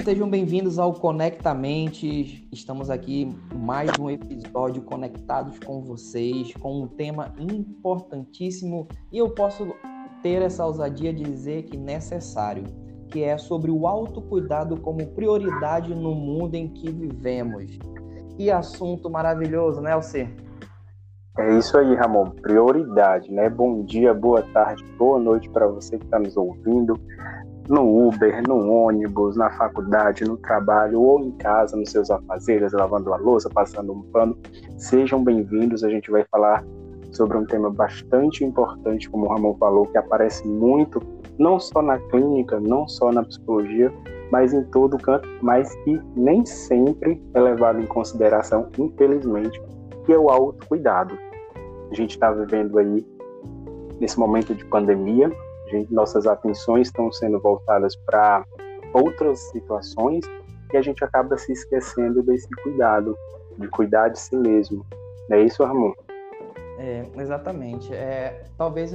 sejam bem-vindos ao Conectamente. Estamos aqui em mais um episódio conectados com vocês, com um tema importantíssimo e eu posso ter essa ousadia de dizer que necessário, que é sobre o autocuidado como prioridade no mundo em que vivemos. Que assunto maravilhoso, né, Alcir? É isso aí, Ramon. Prioridade, né? Bom dia, boa tarde, boa noite para você que está nos ouvindo no Uber, no ônibus, na faculdade, no trabalho ou em casa, nos seus afazeres, lavando a louça, passando um pano. Sejam bem-vindos. A gente vai falar sobre um tema bastante importante, como o Ramon falou, que aparece muito, não só na clínica, não só na psicologia, mas em todo canto, mas que nem sempre é levado em consideração, infelizmente, que é o autocuidado. A gente está vivendo aí, nesse momento de pandemia, nossas atenções estão sendo voltadas para outras situações e a gente acaba se esquecendo desse cuidado, de cuidar de si mesmo. Não é isso, Ramon? Exatamente. Talvez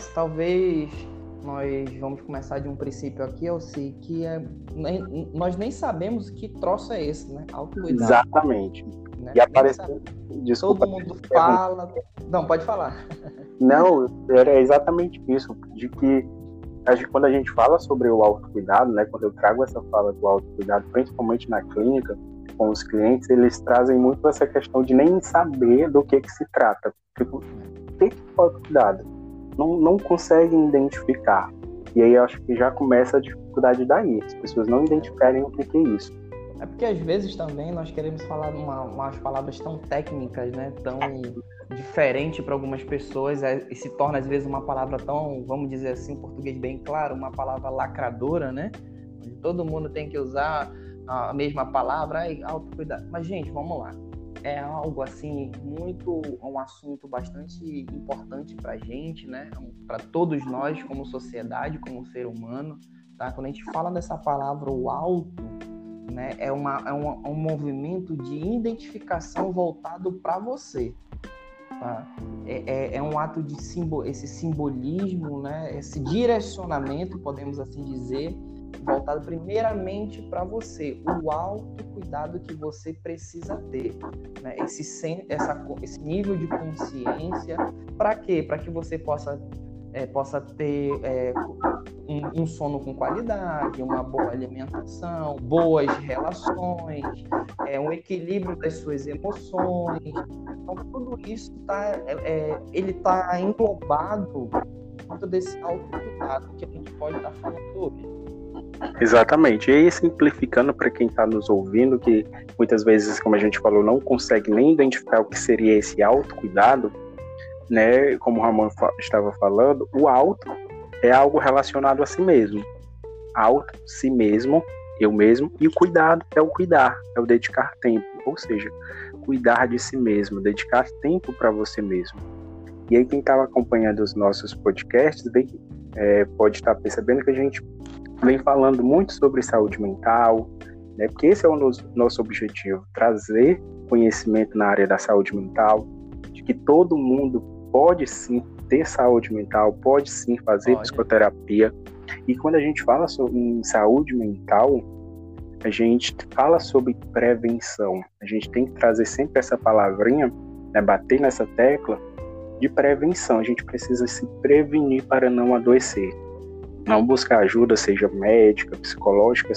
nós vamos começar de um princípio aqui, Elci, que nós nem sabemos que troço é esse, né? Autocuidado. Exatamente. Né? E aparece... Desculpa. Todo mundo fala... Não, pode falar. Não, era exatamente isso, de que quando a gente fala sobre o autocuidado, né, quando eu trago essa fala do autocuidado, principalmente na clínica, com os clientes, eles trazem muito essa questão de nem saber do que se trata. Tipo, o que é autocuidado? Não conseguem identificar. E aí eu acho que já começa a dificuldade daí, as pessoas não identificarem o que é isso. É porque às vezes também nós queremos falar umas palavras tão técnicas, né? Tão diferente para algumas pessoas, e se torna às vezes uma palavra tão, vamos dizer assim, em português bem claro, uma palavra lacradora, né? Onde todo mundo tem que usar a mesma palavra, autocuidado. Mas, gente, vamos lá. É algo assim, um assunto bastante importante para a gente, né? Para todos nós, como sociedade, como ser humano, tá? Quando a gente fala dessa palavra, o auto, né, é um movimento de identificação voltado para você. Tá? É um ato de esse simbolismo, né, esse direcionamento, podemos assim dizer, voltado primeiramente para você, o autocuidado que você precisa ter, né? Esse nível de consciência, para quê? Para que você possa ter um sono com qualidade, uma boa alimentação, boas relações, um equilíbrio das suas emoções. Então, tudo isso ele está englobado dentro desse autocuidado que a gente pode estar falando hoje. Exatamente. E aí, simplificando para quem está nos ouvindo, que muitas vezes, como a gente falou, não consegue nem identificar o que seria esse autocuidado, né? Como o Ramon estava falando, o auto é algo relacionado a si mesmo. Auto, si mesmo, eu mesmo, e o cuidado é o cuidar, é o dedicar tempo, ou seja, cuidar de si mesmo, dedicar tempo para você mesmo. E aí quem estava acompanhando os nossos podcasts pode estar percebendo que a gente vem falando muito sobre saúde mental, né? Porque esse é o nosso objetivo, trazer conhecimento na área da saúde mental, de que todo mundo pode sim ter saúde mental, pode sim fazer psicoterapia. E quando a gente fala em saúde mental, a gente fala sobre prevenção. A gente tem que trazer sempre essa palavrinha, né, bater nessa tecla de prevenção. A gente precisa se prevenir para não adoecer. Não buscar ajuda, seja médica, psicológica,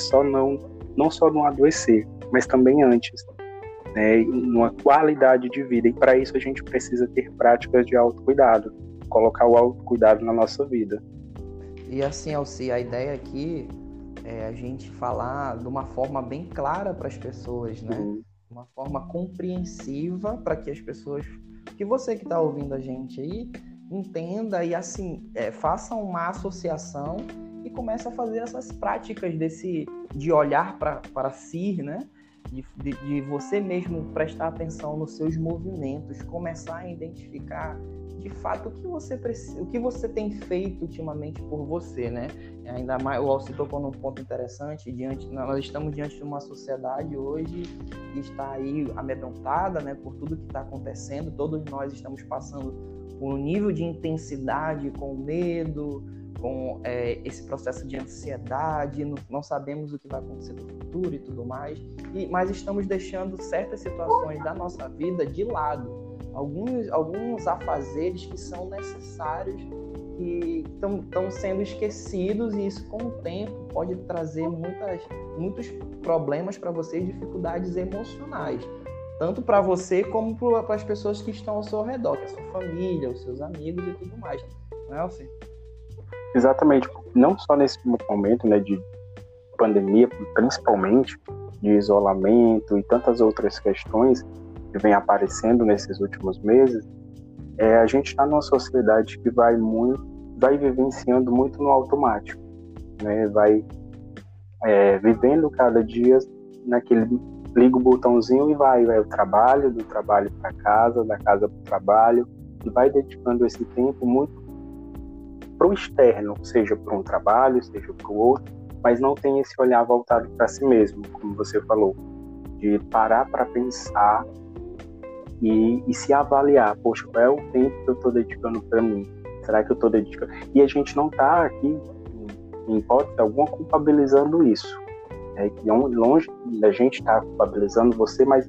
não só não adoecer, mas também antes. Né, uma qualidade de vida, e para isso a gente precisa ter práticas de autocuidado, colocar o autocuidado na nossa vida. E assim, Alci, a ideia aqui é a gente falar de uma forma bem clara para as pessoas, né? Uma forma compreensiva para que as pessoas, que você que está ouvindo a gente aí, entenda e assim, faça uma associação e comece a fazer essas práticas de olhar para si, né? De você mesmo prestar atenção nos seus movimentos, começar a identificar de fato o que você precisa, o que você tem feito ultimamente por você, né? Ainda mais, o Alci tocou num ponto interessante, nós estamos diante de uma sociedade hoje que está aí amedrontada, né, por tudo que está acontecendo. Todos nós estamos passando por um nível de intensidade com medo, com esse processo de ansiedade, não sabemos o que vai acontecer no futuro e tudo mais, mas estamos deixando certas situações da nossa vida de lado. Alguns afazeres que são necessários, que estão sendo esquecidos, e isso, com o tempo, pode trazer muitos problemas para você e dificuldades emocionais, tanto para você como para as pessoas que estão ao seu redor, que é a sua família, os seus amigos e tudo mais. Não é, Alci? Exatamente. Não só nesse momento, né, de pandemia, principalmente de isolamento e tantas outras questões que vem aparecendo nesses últimos meses, a gente está numa sociedade que vai vivenciando muito no automático, né? Vai vivendo cada dia naquele liga o botãozinho e vai o trabalho, do trabalho para casa, da casa para o trabalho, e vai dedicando esse tempo muito para o externo, seja para um trabalho, seja para o outro, mas não tem esse olhar voltado para si mesmo, como você falou, de parar para pensar e se avaliar. Poxa, qual é o tempo que eu estou dedicando para mim? Será que eu estou dedicando? E a gente não está aqui, em hipótese alguma, culpabilizando isso. Longe da gente estar culpabilizando você, mas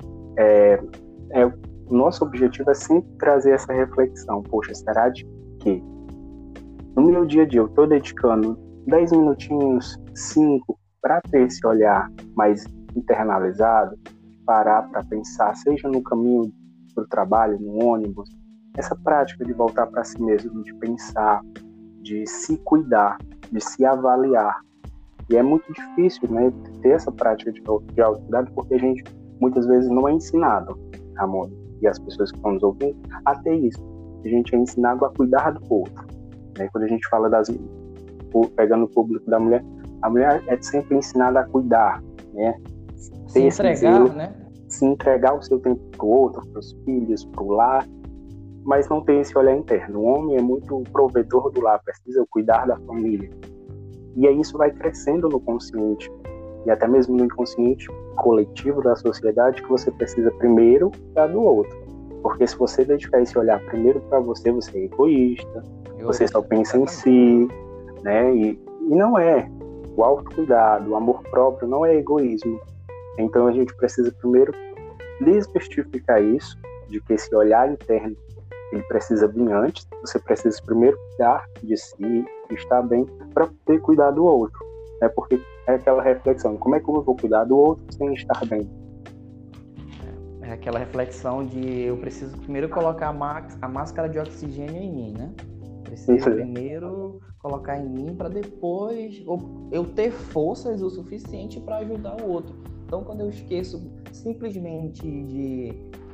o nosso objetivo é sempre trazer essa reflexão. Poxa, será de que no meu dia a dia eu estou dedicando 10 minutinhos, 5, para ter esse olhar mais internalizado, parar para pensar, seja no caminho para o trabalho, no ônibus, essa prática de voltar para si mesmo, de pensar, de se cuidar, de se avaliar. E é muito difícil, né, ter essa prática de autocuidado, porque a gente muitas vezes não é ensinado, Ramon, e as pessoas que estão nos ouvindo, a ter isso. A gente é ensinado a cuidar do outro. Né? Quando a gente fala pegando o público da mulher, a mulher é sempre ensinada a cuidar, né? Se entregar, né? Se entregar o seu tempo para o outro, para os filhos, para o lar, mas não tem esse olhar interno. O homem é muito provedor do lar, precisa cuidar da família. E aí isso vai crescendo no consciente, e até mesmo no inconsciente coletivo da sociedade, que você precisa primeiro cuidar do outro. Porque se você dedicar esse olhar primeiro para você, você é egoísta, você só pensa em si, né? E não é. O autocuidado, o amor próprio não é egoísmo. Então a gente precisa primeiro desmistificar isso, de que esse olhar interno, ele precisa vir antes. Você precisa primeiro cuidar de si, estar bem, para poder cuidar do outro. Né? Porque é aquela reflexão, como é que eu vou cuidar do outro sem estar bem? É aquela reflexão de eu preciso primeiro colocar a máscara de oxigênio em mim, né? Preciso primeiro colocar em mim para depois eu ter forças o suficiente para ajudar o outro. Então, quando eu esqueço simplesmente de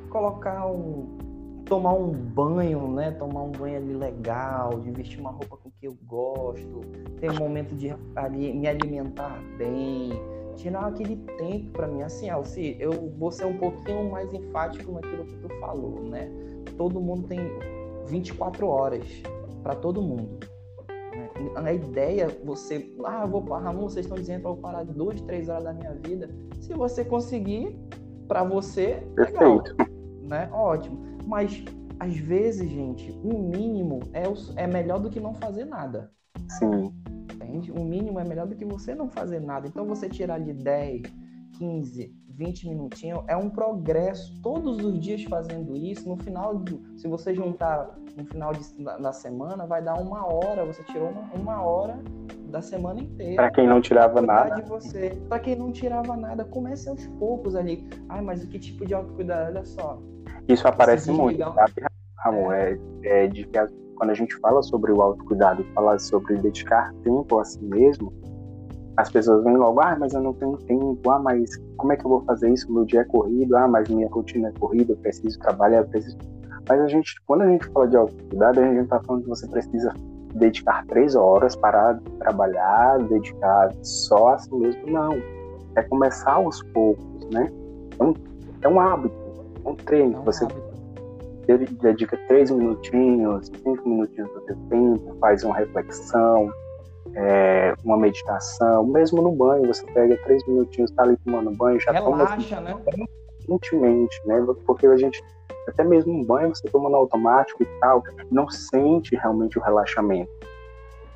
tomar um banho, né? Tomar um banho ali legal, de vestir uma roupa com que eu gosto, ter um momento de me alimentar bem, tirar aquele tempo para mim. Assim, Alci, eu vou ser um pouquinho mais enfático naquilo que tu falou, né? Todo mundo tem 24 horas para todo mundo. A ideia, Ramon, vocês estão dizendo para eu parar 2, 3 horas da minha vida. Se você conseguir, para você, legal, né? Ótimo. Mas, às vezes, gente, o mínimo é melhor do que não fazer nada. Sim. Entende? O mínimo é melhor do que você não fazer nada. Então, você tirar de 10, 15, 20 minutinhos é um progresso. Todos os dias fazendo isso, no final, se você juntar no final da semana, vai dar 1 hora. Você tirou uma hora da semana inteira. Para quem não tirava nada. Para quem não tirava nada, comece aos poucos ali. Mas que tipo de autocuidado? Olha só. Isso aparece muito, sabe, Ramon? De que quando a gente fala sobre o autocuidado, fala sobre dedicar tempo a si mesmo, as pessoas vêm logo, mas eu não tenho tempo, mas como é que eu vou fazer isso? Meu dia é corrido, mas minha rotina é corrida, eu preciso trabalhar, eu preciso... Mas quando a gente fala de autocuidado, a gente está falando que você precisa dedicar 3 horas, parar de trabalhar, dedicar só a si mesmo. Não, é começar aos poucos, né? É um hábito, é um treino. Você dedica 3 minutinhos, 5 minutinhos do seu tempo, faz uma reflexão, uma meditação, mesmo no banho, você pega 3 minutinhos, tá ali tomando banho, já relaxa, né? Intimamente, né? Porque a gente, até mesmo no banho, você toma no automático e tal, não sente realmente o relaxamento.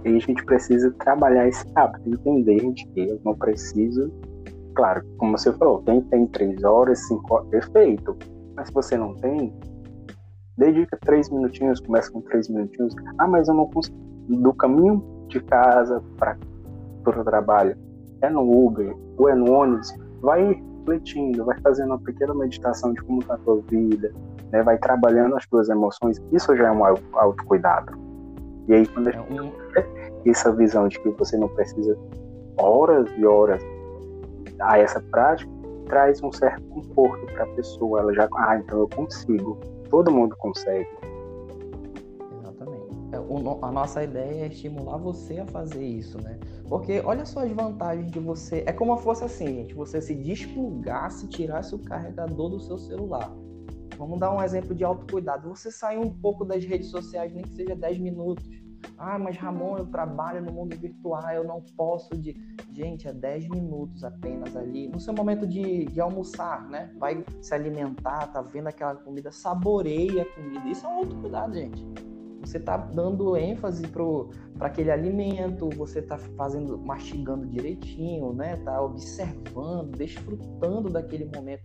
E a gente precisa trabalhar esse hábito, entender de que eu não preciso. Claro, como você falou, quem tem 3 horas, 5 horas, perfeito. Mas se você não tem, dedica 3 minutinhos, começa com 3 minutinhos. Ah, mas eu não consigo. Do caminho de casa para o trabalho, é no Uber ou é no ônibus, vai refletindo, vai fazendo uma pequena meditação de como está a tua vida, né? Vai trabalhando as tuas emoções. Isso já é um autocuidado. E aí, quando a gente tem essa visão de que você não precisa horas e horas a essa prática, traz um certo conforto para a pessoa. Ela já, então eu consigo. Todo mundo consegue. Exatamente. A nossa ideia é estimular você a fazer isso, né? Porque olha só as vantagens de você... É como se fosse assim, gente. Você se desplugasse, tirasse o carregador do seu celular. Vamos dar um exemplo de autocuidado. Você sair um pouco das redes sociais, nem que seja 10 minutos. Ah, mas Ramon, eu trabalho no mundo virtual, eu não posso de... Gente, é 10 minutos apenas ali. No seu momento de almoçar, né? Vai se alimentar, tá vendo aquela comida, saboreia a comida. Isso é um autocuidado, gente. Você tá dando ênfase para aquele alimento, você tá mastigando direitinho, né? Tá observando, desfrutando daquele momento.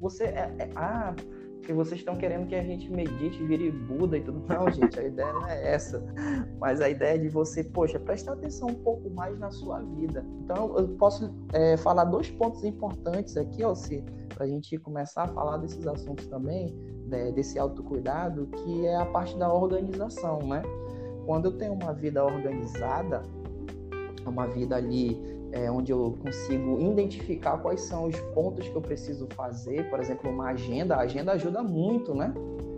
Que vocês estão querendo que a gente medite, vire Buda e tudo. Não, gente, a ideia não é essa. Mas a ideia é de você, prestar atenção um pouco mais na sua vida. Então, eu posso falar 2 pontos importantes aqui, para a gente começar a falar desses assuntos também, desse autocuidado, que é a parte da organização, né? Quando eu tenho uma vida organizada, uma vida ali onde eu consigo identificar quais são os pontos que eu preciso fazer, por exemplo, uma agenda. A agenda ajuda muito, né?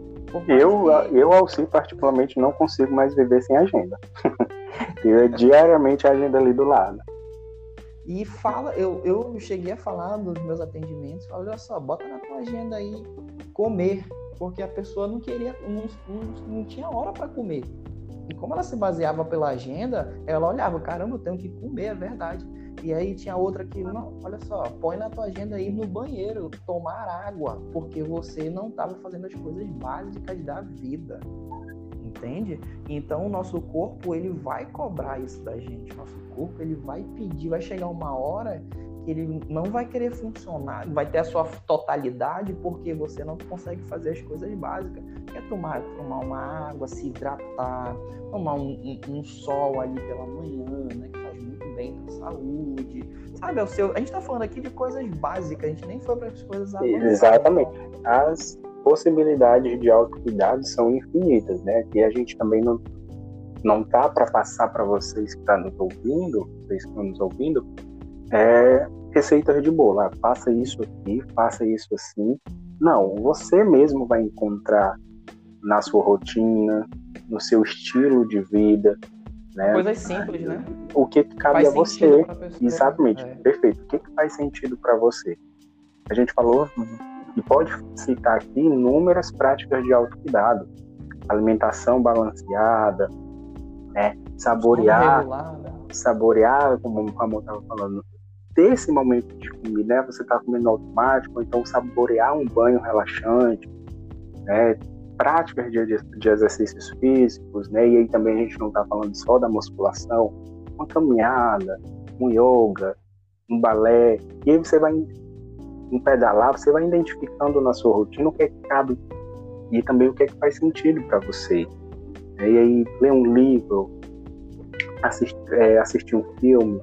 Eu, Alci, particularmente, não consigo mais viver sem agenda. Diariamente a agenda ali do lado. E eu cheguei a falar nos meus atendimentos, olha só, bota na tua agenda aí comer, porque a pessoa não queria, não tinha hora para comer. E como ela se baseava pela agenda, ela olhava, caramba, eu tenho que comer, é verdade. E aí tinha outra que, não, olha só, põe na tua agenda ir no banheiro, tomar água, porque você não estava fazendo as coisas básicas da vida. Entende? Então o nosso corpo, ele vai cobrar isso da gente. Nosso corpo, ele vai pedir, vai chegar uma hora que ele não vai querer funcionar, vai ter a sua totalidade porque você não consegue fazer as coisas básicas. Quer tomar uma água, se hidratar, tomar um sol ali pela manhã, né, que faz muito bem para a saúde. Sabe, a gente está falando aqui de coisas básicas, a gente nem foi para as coisas avançadas. Exatamente. As possibilidades de autocuidado são infinitas, né? Que a gente também não tá para passar para vocês que estão nos ouvindo, receitas de bolo. Faça isso aqui, faça isso assim. Não, você mesmo vai encontrar na sua rotina, no seu estilo de vida, né? Coisas simples, né? O que cabe a você. Exatamente, perfeito. O que faz sentido para você? A gente falou e pode citar aqui inúmeras práticas de autocuidado. Alimentação balanceada, né? Saborear, como o Ramon estava falando, ter esse momento de comida, né? Você está comendo automático, então saborear um banho relaxante, né? Práticas de exercícios físicos, né? E aí também a gente não está falando só da musculação, uma caminhada, um yoga, um balé, e aí você vai pedalar, você vai identificando na sua rotina o que é que cabe e também o que é que faz sentido para você. E aí ler um livro, assistir um filme,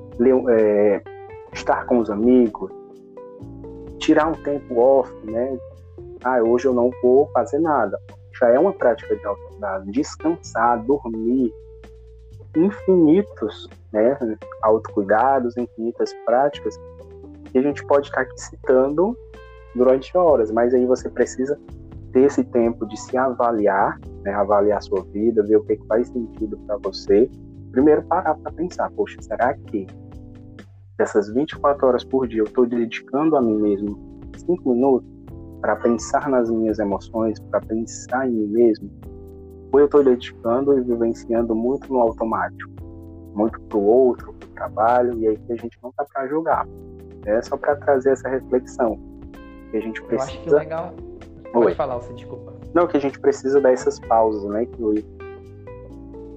estar com os amigos, tirar um tempo off, né? Hoje eu não vou fazer nada. Já é uma prática de autocuidado. Descansar, dormir, infinitos, né, autocuidados, infinitas práticas que a gente pode estar aqui citando durante horas, mas aí você precisa ter esse tempo de se avaliar, né, avaliar a sua vida, ver o que faz sentido para você. Primeiro parar para pensar, poxa, será que dessas 24 horas por dia eu estou dedicando a mim mesmo 5 minutos para pensar nas minhas emoções, para pensar em mim mesmo? Ou eu estou dedicando e vivenciando muito no automático, muito para o outro, para o trabalho, e aí que a gente não está para julgar. É só para trazer essa reflexão que a gente precisa. Eu acho que legal. Pode falar, você desculpa. Não, que a gente precisa dar essas pausas, né?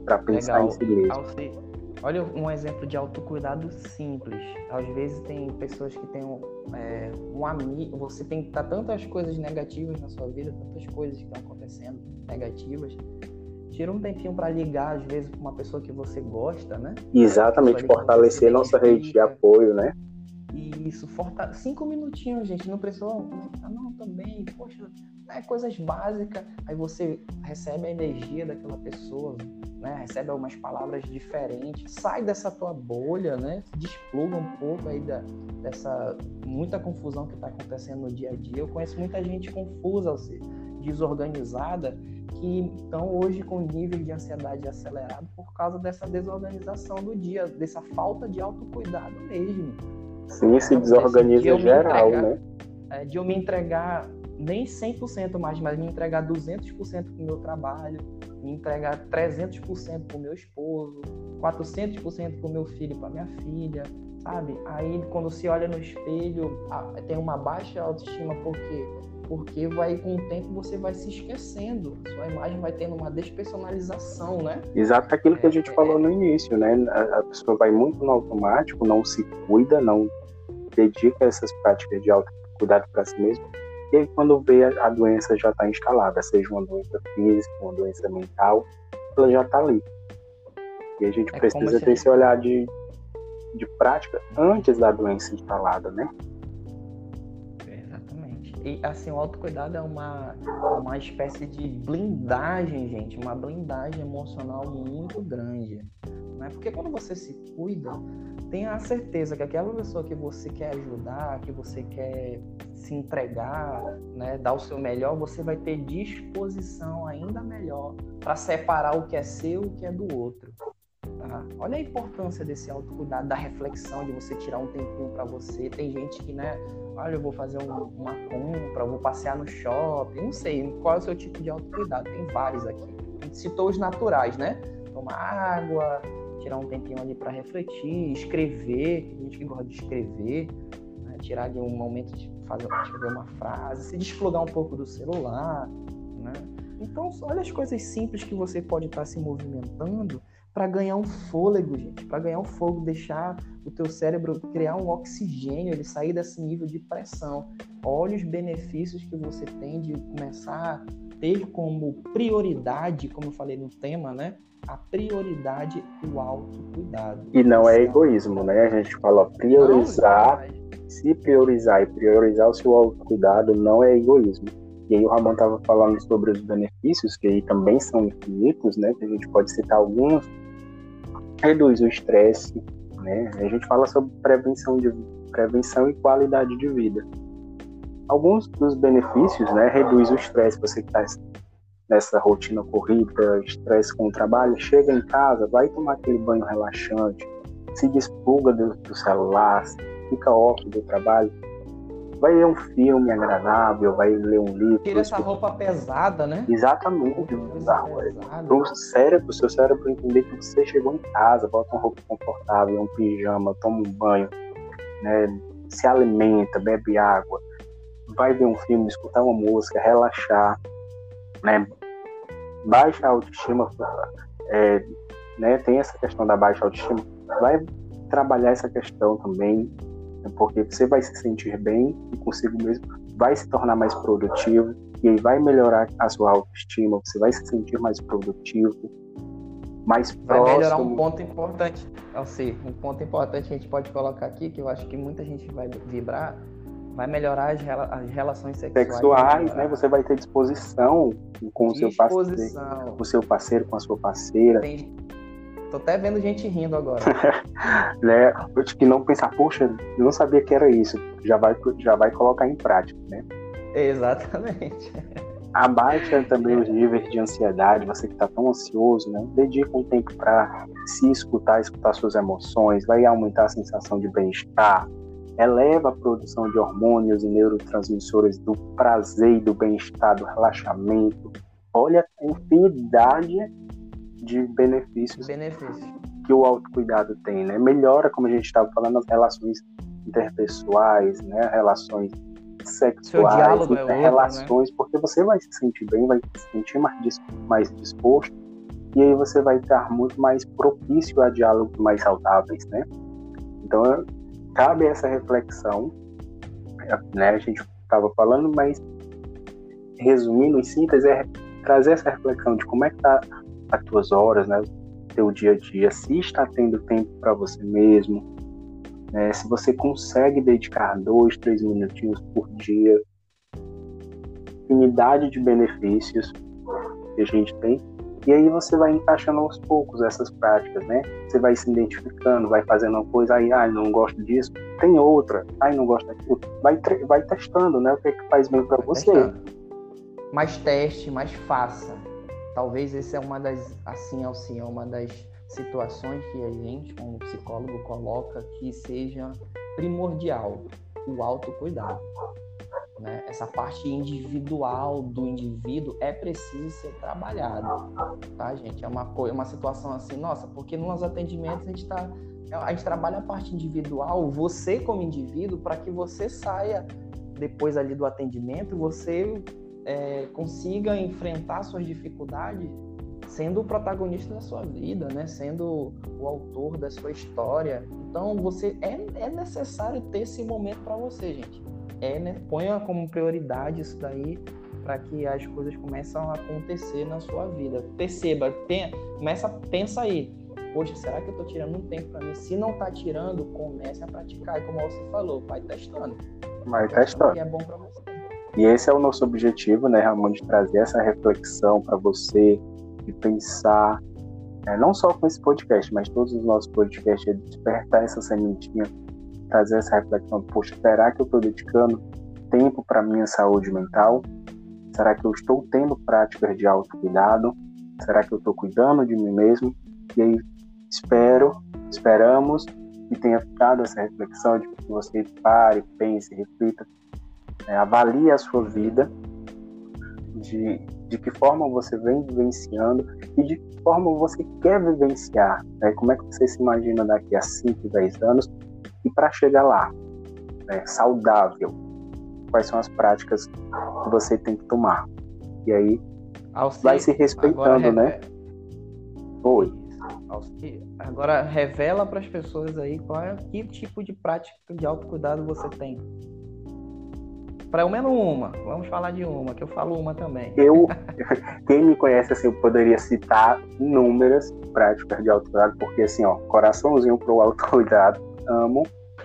para pensar em Legal. si mesmo. Alci, olha um exemplo de autocuidado simples. Às vezes tem pessoas que têm um amigo, você tem que tá tantas coisas negativas na sua vida, tantas coisas que estão acontecendo negativas. Tira um tempinho para ligar, às vezes, com uma pessoa que você gosta, né? Exatamente, fortalecer nossa rede de apoio, né? Isso, 5 minutinhos, gente, não precisa, não, também, poxa, coisas básicas, aí você recebe a energia daquela pessoa, né, recebe algumas palavras diferentes, sai dessa tua bolha, né, se despluga um pouco aí dessa muita confusão que está acontecendo no dia a dia. Eu conheço muita gente confusa, desorganizada, que estão hoje com nível de ansiedade acelerado por causa dessa desorganização do dia, dessa falta de autocuidado mesmo. Sim, se desorganiza geral, né? De eu me entregar nem 100% mais, mas me entregar 200% pro meu trabalho, me entregar 300% pro meu esposo, 400% pro meu filho e pra minha filha, sabe? Aí, quando se olha no espelho, tem uma baixa autoestima, porque com o tempo você vai se esquecendo, sua imagem vai tendo uma despersonalização, né? Exato aquilo que a gente falou no início, né? A pessoa vai muito no automático, não se cuida, não dedica essas práticas de autocuidado para si mesmo, e aí quando vê a doença já está instalada, seja uma doença física, uma doença mental, ela já está ali. E a gente precisa ter esse olhar de prática antes da doença instalada, né? Exatamente. E assim, o autocuidado é uma espécie de blindagem, gente, uma blindagem emocional muito grande, né? Porque quando você se cuida, tenha a certeza que aquela pessoa que você quer ajudar, que você quer se entregar, né, dar o seu melhor, você vai ter disposição ainda melhor para separar o que é seu e o que é do outro. Tá? Olha a importância desse autocuidado, da reflexão, de você tirar um tempinho para você. Tem gente que, né, olha, eu vou fazer uma compra, eu vou passear no shopping, não sei qual é o seu tipo de autocuidado. Tem vários aqui. A gente citou os naturais, né? Tomar água, tirar um tempinho ali para refletir, escrever, tem gente que gosta de escrever, né? Tirar de um momento de escrever uma frase, se desplugar um pouco do celular, né? Então, olha as coisas simples que você pode estar se movimentando para ganhar um fôlego, gente, para ganhar um fogo, deixar o teu cérebro criar um oxigênio, ele sair desse nível de pressão. Olha os benefícios que você tem de começar a ter como prioridade, como eu falei no tema, né? A prioridade, o autocuidado. E não é egoísmo, né? A gente fala priorizar, se priorizar e priorizar o seu autocuidado não é egoísmo. E aí o Ramon estava falando sobre os benefícios, que aí também são infinitos, né? Que a gente pode citar alguns. Reduz o estresse, né? A gente fala sobre prevenção e qualidade de vida. Alguns dos benefícios, né? Reduz o estresse, você que está nessa rotina corrida, estresse com o trabalho, chega em casa, vai tomar aquele banho relaxante, se despluga do celular, fica off do trabalho, vai ler um filme agradável, vai ler um livro. Tira essa roupa pesada, né? Exatamente. Para o seu cérebro entender que você chegou em casa, bota uma roupa confortável, um pijama, toma um banho, né? Se alimenta, bebe água, vai ver um filme, escutar uma música, relaxar, né? Baixa autoestima, né? Tem essa questão da baixa autoestima, vai trabalhar essa questão também, porque você vai se sentir bem e consigo mesmo, vai se tornar mais produtivo e aí vai melhorar a sua autoestima, você vai se sentir mais produtivo, mais próximo. Vai melhorar um ponto importante, um ponto importante que a gente pode colocar aqui, que eu acho que muita gente vai vibrar, vai melhorar as relações sexuais, né? Você vai ter disposição com o seu parceiro, com a sua parceira. Tô até vendo gente rindo agora. Né? Que não pensar, poxa, eu não sabia que era isso. Já vai colocar em prática, né? Exatamente. Abaixa também os níveis de ansiedade, você que está tão ansioso, né? Dedica um tempo para se escutar suas emoções, vai aumentar a sensação de bem-estar, eleva a produção de hormônios e neurotransmissores do prazer e do bem-estar, do relaxamento. Olha a infinidade de benefícios que o autocuidado tem, né? Melhora, como a gente estava falando, as relações interpessoais, né? Relações sexuais, relações, né? Porque você vai se sentir bem, vai se sentir mais disposto e aí você vai estar muito mais propício a diálogos mais saudáveis, né? Então, cabe essa reflexão, né? A gente estava falando, mas resumindo em síntese, é trazer essa reflexão de como é que tá as tuas horas, né? O teu dia a dia, se está tendo tempo para você mesmo, né? Se você consegue dedicar 2, 3 minutinhos por dia, infinidade de benefícios que a gente tem, e aí você vai encaixando aos poucos essas práticas, né? Você vai se identificando, vai fazendo uma coisa, aí, não gosto disso, tem outra, não gosto daquilo, vai testando, né? O que é que faz bem para você. Testando. Mais teste, mais faça. Talvez essa é uma das, assim, Alci, é uma das situações que a gente, como psicólogo, coloca que seja primordial, o autocuidado. Né? Essa parte individual do indivíduo é preciso ser trabalhado, tá, gente? É uma situação assim, nossa, porque nos atendimentos a gente trabalha a parte individual, você como indivíduo, para que você saia depois ali do atendimento, você consiga enfrentar suas dificuldades sendo o protagonista da sua vida, né? Sendo o autor da sua história. Então, é necessário ter esse momento para você, gente. Ponha como prioridade isso daí para que as coisas comecem a acontecer na sua vida. Perceba, pensa aí. Poxa, será que eu estou tirando um tempo para mim? Se não está tirando, comece a praticar. E como você falou, vai testando. Vai testando. Que é bom para você. E esse é o nosso objetivo, né, Ramon, de trazer essa reflexão para você, de pensar, não só com esse podcast, mas todos os nossos podcasts, é despertar essa sementinha, trazer essa reflexão, poxa, será que eu estou dedicando tempo para minha saúde mental? Será que eu estou tendo práticas de autocuidado? Será que eu estou cuidando de mim mesmo? E aí esperamos que tenha ficado essa reflexão de que você pare, pense, reflita, avalie a sua vida, de que forma você vem vivenciando e de que forma você quer vivenciar, né? Como é que você se imagina daqui a 5, 10 anos e para chegar lá, saudável, quais são as práticas que você tem que tomar. E aí vai se respeitando, né? Oi. Agora revela para as pessoas aí que tipo de prática de autocuidado você tem. Para ao menos uma, vamos falar de uma, que eu falo uma também. Quem me conhece, assim, eu poderia citar inúmeras práticas de autocuidado, porque assim, coraçãozinho pro autocuidado, amo.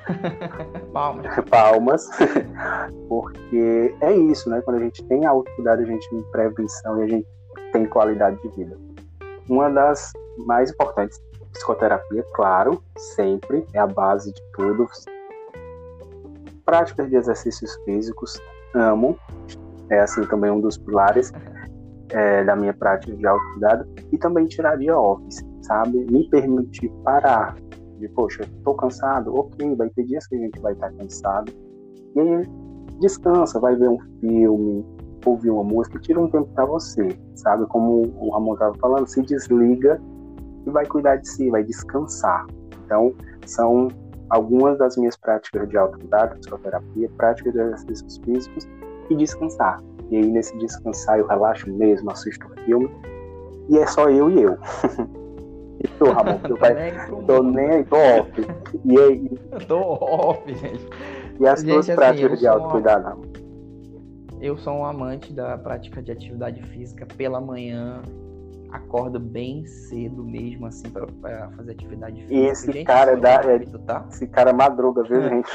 Palmas. Porque é isso, né? Quando a gente tem autocuidado, a gente tem prevenção e a gente tem qualidade de vida. Uma das mais importantes, psicoterapia, claro, sempre, é a base de tudo. Práticas de exercícios físicos, amo. É assim também um dos pilares da minha prática de autocuidado. E também tirar dia off, sabe? Me permitir parar. Poxa, tô cansado? Ok, vai ter dias que a gente vai estar cansado. E aí, descansa, vai ver um filme, ouvir uma música, tira um tempo para você, sabe? Como o Ramon estava falando, se desliga e vai cuidar de si, vai descansar. Então, são algumas das minhas práticas de autocuidado, psicoterapia, práticas de exercícios físicos e descansar. E aí, nesse descansar, eu relaxo mesmo, assisto o filme e é só eu e eu. E tu, Ramon? Tô nem aí, tô off. E aí? Tô off, gente. E as tuas práticas de autocuidado, Ramon? Eu sou um amante da prática de atividade física pela manhã. Acordo bem cedo mesmo, assim, para fazer atividade física. E esse cara esse cara madruga, viu, gente?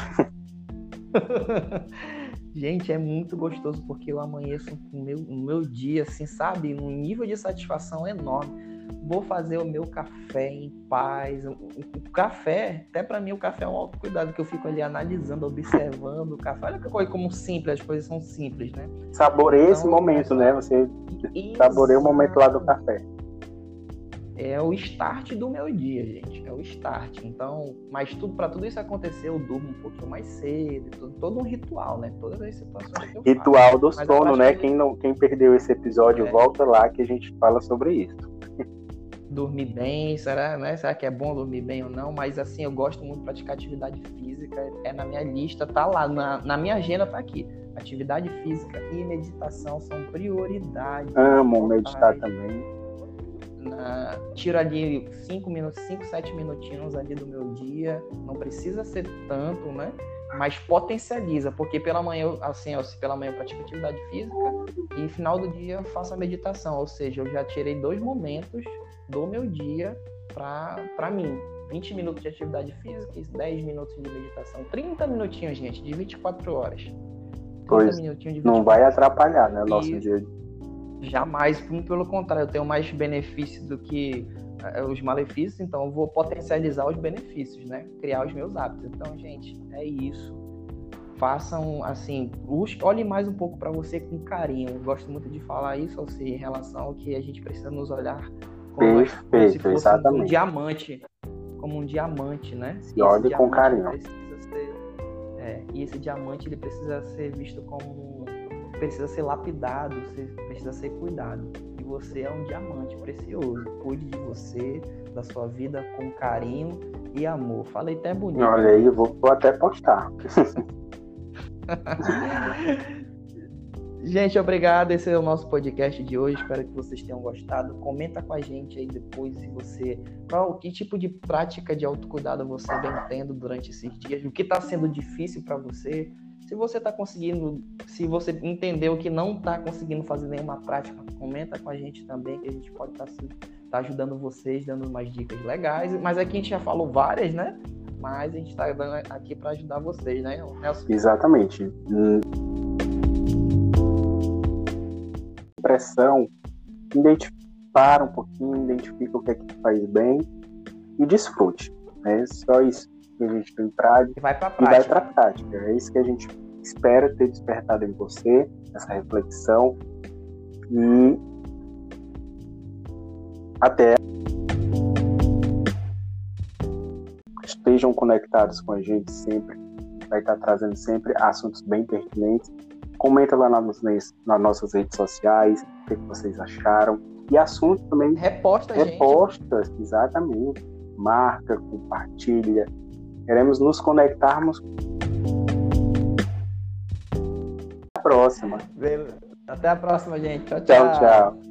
Gente, é muito gostoso porque eu amanheço no meu dia, assim, sabe? Um nível de satisfação enorme. Vou fazer o meu café em paz. O café, até para mim, o café é um autocuidado, que eu fico ali analisando, observando o café. Olha que coisa como simples, as coisas são simples, né? Saboreia esse momento, né? Você saboreia o momento lá do café. É o start do meu dia, gente. É o start. Então, mas para tudo isso acontecer, eu durmo um pouquinho mais cedo. Todo um ritual, né? Todas as situações que eu Ritual do sono, né? Quem perdeu esse episódio, volta lá que a gente fala sobre isso. Dormir bem, será, né? Será que é bom dormir bem ou não? Mas assim, eu gosto muito de praticar atividade física, na minha lista, tá lá, na minha agenda tá aqui. Atividade física e meditação são prioridades. Amo meditar também. tiro ali 5 minutos, 5, 7 minutinhos ali do meu dia, não precisa ser tanto, né? Mas potencializa, porque pela manhã, pela manhã eu pratico atividade física e final do dia eu faço a meditação, ou seja, eu já tirei 2 momentos do meu dia para mim. 20 minutos de atividade física e 10 minutos de meditação. 30 minutinhos, gente, de 24 horas. 30 pois minutinhos de 24 não vai atrapalhar, né, o nosso dia. Jamais, pelo contrário, eu tenho mais benefícios do que os malefícios, então eu vou potencializar os benefícios, né? Criar os meus hábitos. Então, gente, é isso. Façam, assim, olhe mais um pouco para você com carinho. Eu gosto muito de falar isso, em relação ao que a gente precisa nos olhar como se fosse um diamante. Como um diamante, né? Se olhe com carinho. E esse diamante, ele precisa ser visto precisa ser lapidado, precisa ser cuidado. E você é um diamante precioso. Cuide de você, da sua vida com carinho e amor. Falei até bonito. Olha aí, eu vou até postar. Gente, obrigado. Esse é o nosso podcast de hoje. Espero que vocês tenham gostado. Comenta com a gente aí depois que tipo de prática de autocuidado você vem tendo durante esses dias. O que está sendo difícil para você. Se você está conseguindo, se você entendeu que não está conseguindo fazer nenhuma prática, comenta com a gente também, que a gente pode estar ajudando vocês, dando umas dicas legais. Mas aqui a gente já falou várias, né? Mas a gente está dando aqui para ajudar vocês, né, Nelson? Exatamente. Pressão, para um pouquinho, identifica o que é que faz bem e desfrute. É só isso que a gente tem prática e vai para a prática. É isso que a gente espera ter despertado em você, essa reflexão, e até estejam conectados com a gente sempre. Vai estar trazendo sempre assuntos bem pertinentes. Comenta lá nas nossas redes sociais o que vocês acharam. E assunto também. Reposta, exatamente. Marca, compartilha. Queremos nos conectarmos. Até a próxima. Até a próxima, gente. Tchau, tchau.